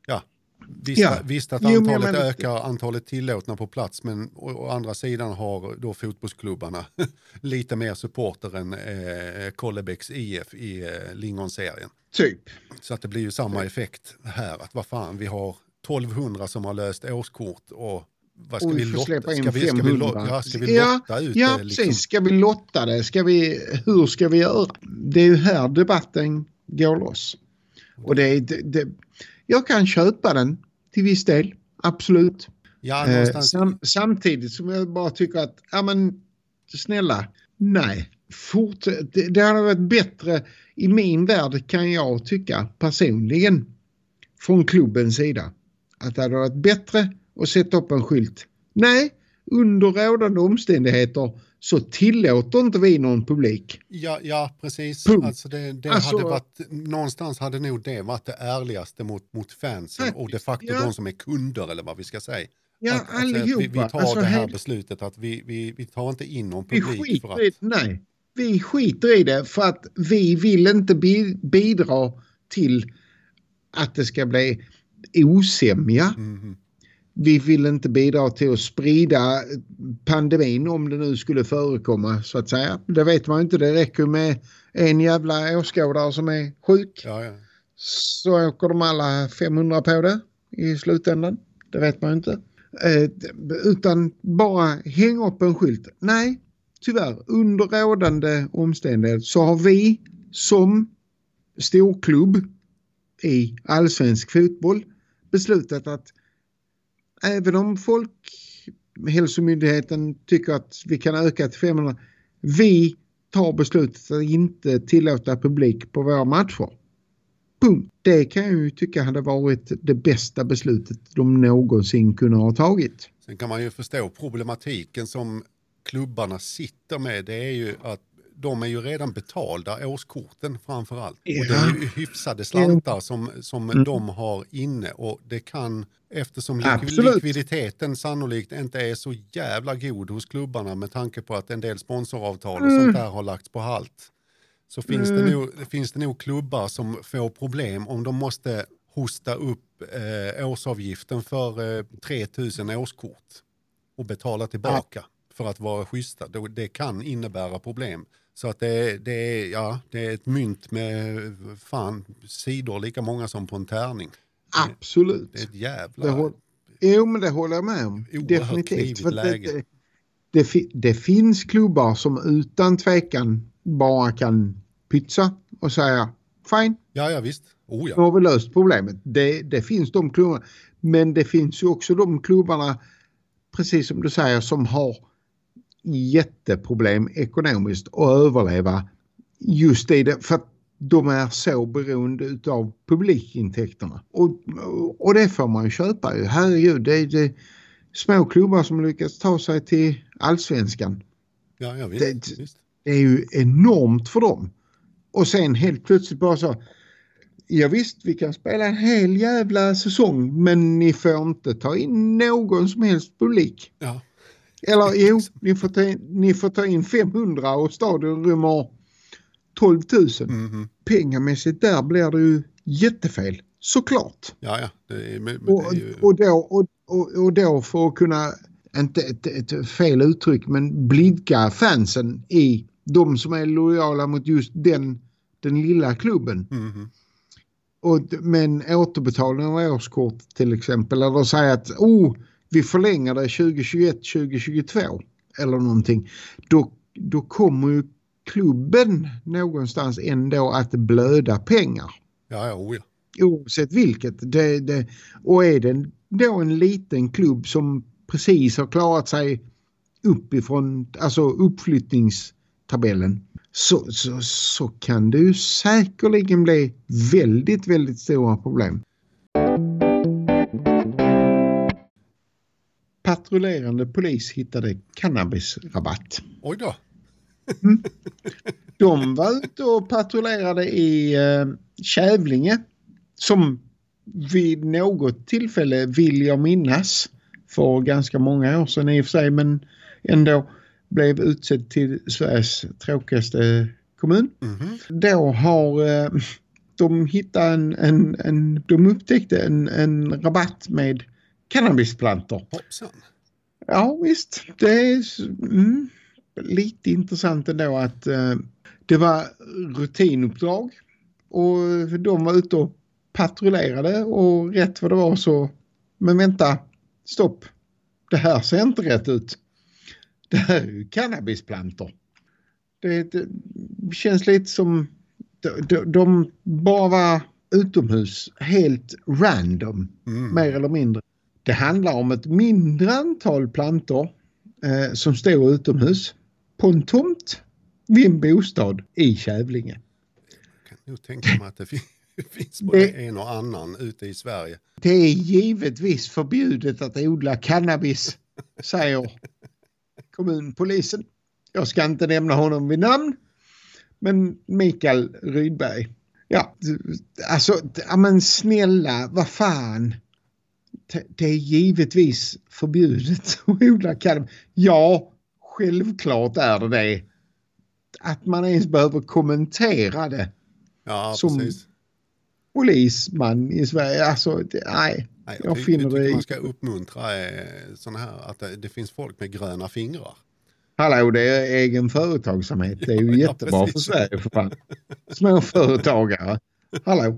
visst att antalet ökar, antalet tillåtna på plats, men å andra sidan har då fotbollsklubbarna lite mer supporter än Kollebäcks IF i Lingonserien. Typ. Så att det blir ju samma effekt här, att vad fan, vi har 1200 som har löst årskort och vad ska vi lotta? Ska vi lotta ut det? Ja, precis. Ska vi lotta det? Hur ska vi göra? Det är ju här debatten går loss. Och jag kan köpa den till viss del, absolut. Ja, samtidigt som jag bara tycker att, snälla, nej. Det hade varit bättre i min värld, kan jag tycka personligen, från klubbens sida. Att det hade varit bättre att sätta upp en skylt. Nej, under rådande omständigheter så tillåter inte vi någon publik. Ja, precis. Alltså hade varit, någonstans hade nog det varit det ärligaste mot fansen och de facto de som är kunder, eller vad vi ska säga. Ja, allihopa. Vi tar det här beslutet att vi tar inte in någon publik. Vi skiter i det för att vi vill inte bidra till att det ska bli osämja. Vi vill inte bidra till att sprida pandemin, om det nu skulle förekomma, så att säga. Det vet man inte. Det räcker med en jävla åskådare som är sjuk. Ja. Så åker de alla 500 på det i slutändan. Det vet man inte. Utan bara hänga upp en skylt. Nej, tyvärr. Under rådande omständigheter så har vi som storklubb i allsvensk fotboll beslutat att även om Folkhälsomyndigheten tycker att vi kan öka till 500, vi tar beslutet att inte tillåta publik på våra matcher. Punkt. Det kan jag ju tycka hade varit det bästa beslutet de någonsin kunde ha tagit. Sen kan man ju förstå problematiken som klubbarna sitter med. Det är ju att de är ju redan betalda, årskorten framförallt. Ja. Och det är ju hyfsade slantar som de har inne. Och det kan, eftersom likviditeten sannolikt inte är så jävla god hos klubbarna med tanke på att en del sponsoravtal och sånt där har lagts på halt. Så finns det nog klubbar som får problem om de måste hosta upp årsavgiften för 3000 årskort och betala tillbaka för att vara schyssta. Det kan innebära problem. Så att det är ett mynt med sidor lika många som på en tärning. Absolut. Det är ett jävla... Men det håller jag med om. Definitivt. För läge. Det finns klubbar som utan tvekan bara kan pytsa och säga fine. Ja, visst. Oh, ja. Nu har vi löst problemet. Det finns de klubbarna. Men det finns ju också de klubbarna, precis som du säger, som har jätteproblem ekonomiskt att överleva just i det. För att de är så beroende av publikintäkterna. Och det får man ju köpa. Herregud, det är små klubbar som lyckas ta sig till allsvenskan. Ja, visst. Det är ju enormt för dem. Och sen helt plötsligt bara så, ja visst, vi kan spela en hel jävla säsong, men ni får inte ta in någon som helst publik. Ja. Eller jo, ni får ta in 500 och stadion rymmer 12 000. Mm-hmm. Pengamässigt där blir det ju jättefel, såklart. Ja. Och då för att kunna, inte ett fel uttryck, men blidka fansen i de som är lojala mot just den lilla klubben. Mm-hmm. Men återbetalning av årskort till exempel, eller säga att vi förlänger det 2021-2022 eller någonting, då kommer ju klubben någonstans ändå att blöda pengar. Ja. Oavsett vilket. Och är det då en liten klubb som precis har klarat sig uppifrån, alltså uppflyttningstabellen, så kan det ju säkerligen bli väldigt, väldigt stora problem. Patrullerande polis hittade cannabisrabatt. Oj då. De var ute och patrullerade i Kävlinge, som vid något tillfälle, vill jag minnas, för ganska många år sedan i och för sig, men ändå blev utsedd till Sveriges tråkigaste kommun. Mm-hmm. Då har de hittat de upptäckte en rabatt med cannabisplantor. Hoppsan. Ja visst, det är lite intressant ändå att det var rutinuppdrag och de var ute och patrullerade och rätt vad det var så, men vänta, stopp, det här ser inte rätt ut. Det här är ju cannabisplantor. Det känns lite som de bara var utomhus helt random, mer eller mindre. Det handlar om ett mindre antal plantor som står utomhus på en tomt vid en bostad i Kävlinge. Jag kan nog tänka mig att det finns både en och annan ute i Sverige. Det är givetvis förbjudet att odla cannabis, säger kommunpolisen. Jag ska inte nämna honom vid namn, men Mikael Rydberg. Ja, alltså, men snälla, vad fan. Det är givetvis förbjudet att odla cannabis. Ja, självklart är det. Att man ens behöver kommentera det. Ja, som precis. Polisman i Sverige. Alltså, nej. Jag tycker man ska uppmuntra såna här, att det finns folk med gröna fingrar. Hallå, det är egen företagsamhet. Det är ju jättebra för Sverige för fan. Småföretagare. Hallå.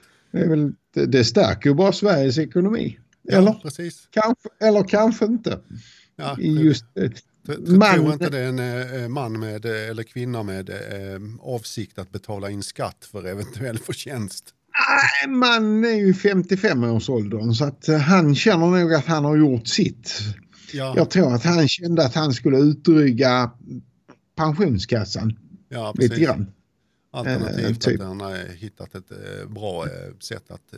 Det stärker ju bara Sveriges ekonomi. Eller? Ja, precis. Kanske inte. Ja, just tror inte det är en man med, eller kvinna med avsikt att betala in skatt för eventuell förtjänst. Nej, man är ju 55-årsåldern så att han känner nog att han har gjort sitt. Ja. Jag tror att han kände att han skulle utrygga pensionskassan. Ja, precis. Lite grann. Alternativt typ. Att han har hittat ett bra sätt att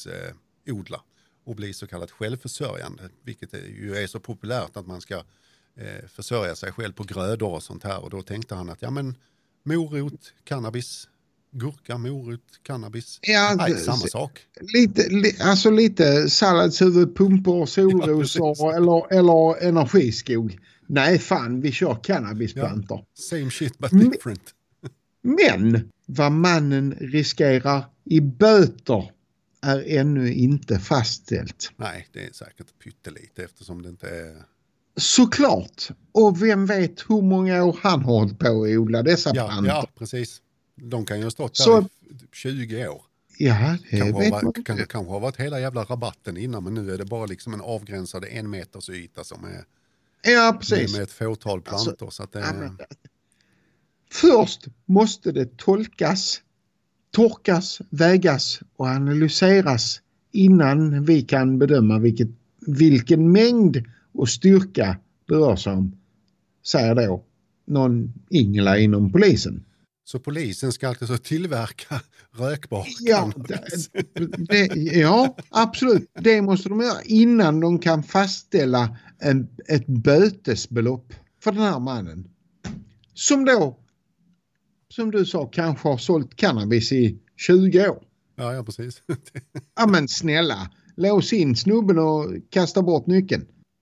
husbehovsodla och bli så kallat självförsörjande, vilket ju är så populärt att man ska försörja sig själv på grödor och sånt här. Och då tänkte han att morot, cannabis, gurka, morot, cannabis. Ja, Nej, samma sak. Lite salladshuvud, pumpor, solrosor eller energiskog. Nej, fan, vi kör cannabisplantor. Ja, same shit but different. Men vad mannen riskerar i böter är ännu inte fastställt. Nej, det är säkert pyttelite eftersom det inte är... Såklart. Och vem vet hur många år han har hållit på att odla dessa plantor. Ja, precis. De kan ju ha stått där i 20 år. Ja, det kanske har varit hela jävla rabatten innan, men nu är det bara liksom en avgränsad 1 meters yta som är precis. Med ett fåtal plantor. Så att det först måste det torkas, vägas och analyseras innan vi kan bedöma vilken mängd och styrka det rör sig om, säger då någon Ingela inom polisen. Så polisen ska alltså tillverka rökbar cannabis? Ja, absolut. Det måste de göra innan de kan fastställa ett bötesbelopp för den här mannen. Som då, som du sa, kanske har sålt cannabis i 20 år. Ja, precis. Ja, men snälla. Lås in snubben och kasta bort nyckeln.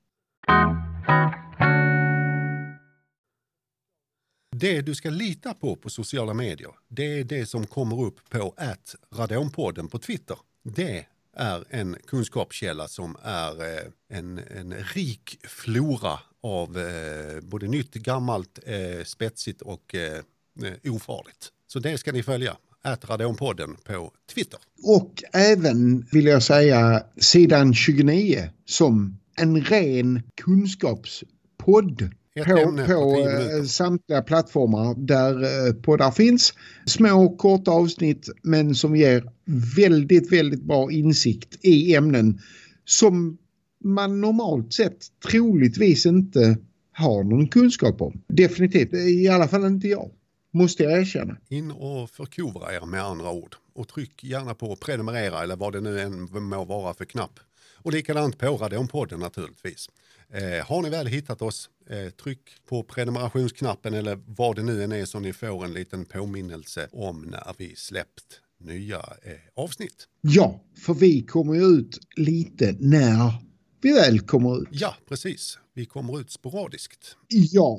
Det du ska lita på sociala medier, det är det som kommer upp på @radonpodden på Twitter. Det är en kunskapskälla som är en rik flora av både nytt, gammalt, spetsigt och ofarligt. Så det ska ni följa. @radonpodden på Twitter. Och även, vill jag säga, sidan 29 som en ren kunskapspodd. På samtliga plattformar där poddar finns. Små korta avsnitt men som ger väldigt, väldigt bra insikt i ämnen som man normalt sett troligtvis inte har någon kunskap om. Definitivt, i alla fall inte jag. Måste jag erkänna. In och förkovra er med andra ord. Och tryck gärna på prenumerera eller vad det nu än må vara för knapp. Och likadant på Radonpodden naturligtvis. Har ni väl hittat oss, tryck på prenumerationsknappen eller vad det nu än är så ni får en liten påminnelse om när vi släppt nya avsnitt. Ja, för vi kommer ju ut lite när vi väl kommer ut. Ja, precis. Vi kommer ut sporadiskt. Ja,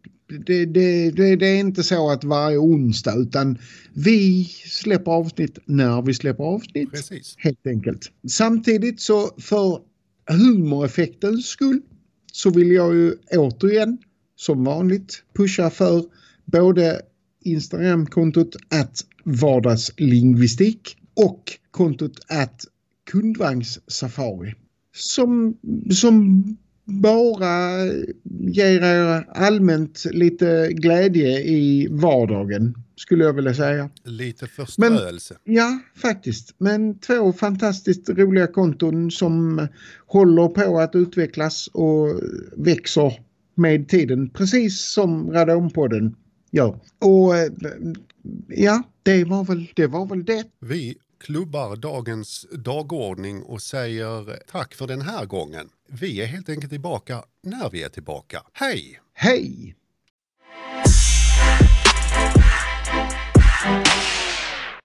det är inte så att varje onsdag utan vi släpper avsnitt när vi släpper avsnitt. Precis. Helt enkelt. Samtidigt så för humoreffektens skull så vill jag ju återigen som vanligt pusha för både Instagram-kontot @vardagslingvistik och kontot @kundvagnssafari som bara ger er allmänt lite glädje i vardagen skulle jag vilja säga. Lite förströelse. Ja, faktiskt. Men 2 fantastiskt roliga konton som håller på att utvecklas och växer med tiden. Precis som Radonpodden gör. Och ja, det var väl det. Vi klubbar dagens dagordning och säger tack för den här gången. Vi är helt enkelt tillbaka när vi är tillbaka. Hej! Hej!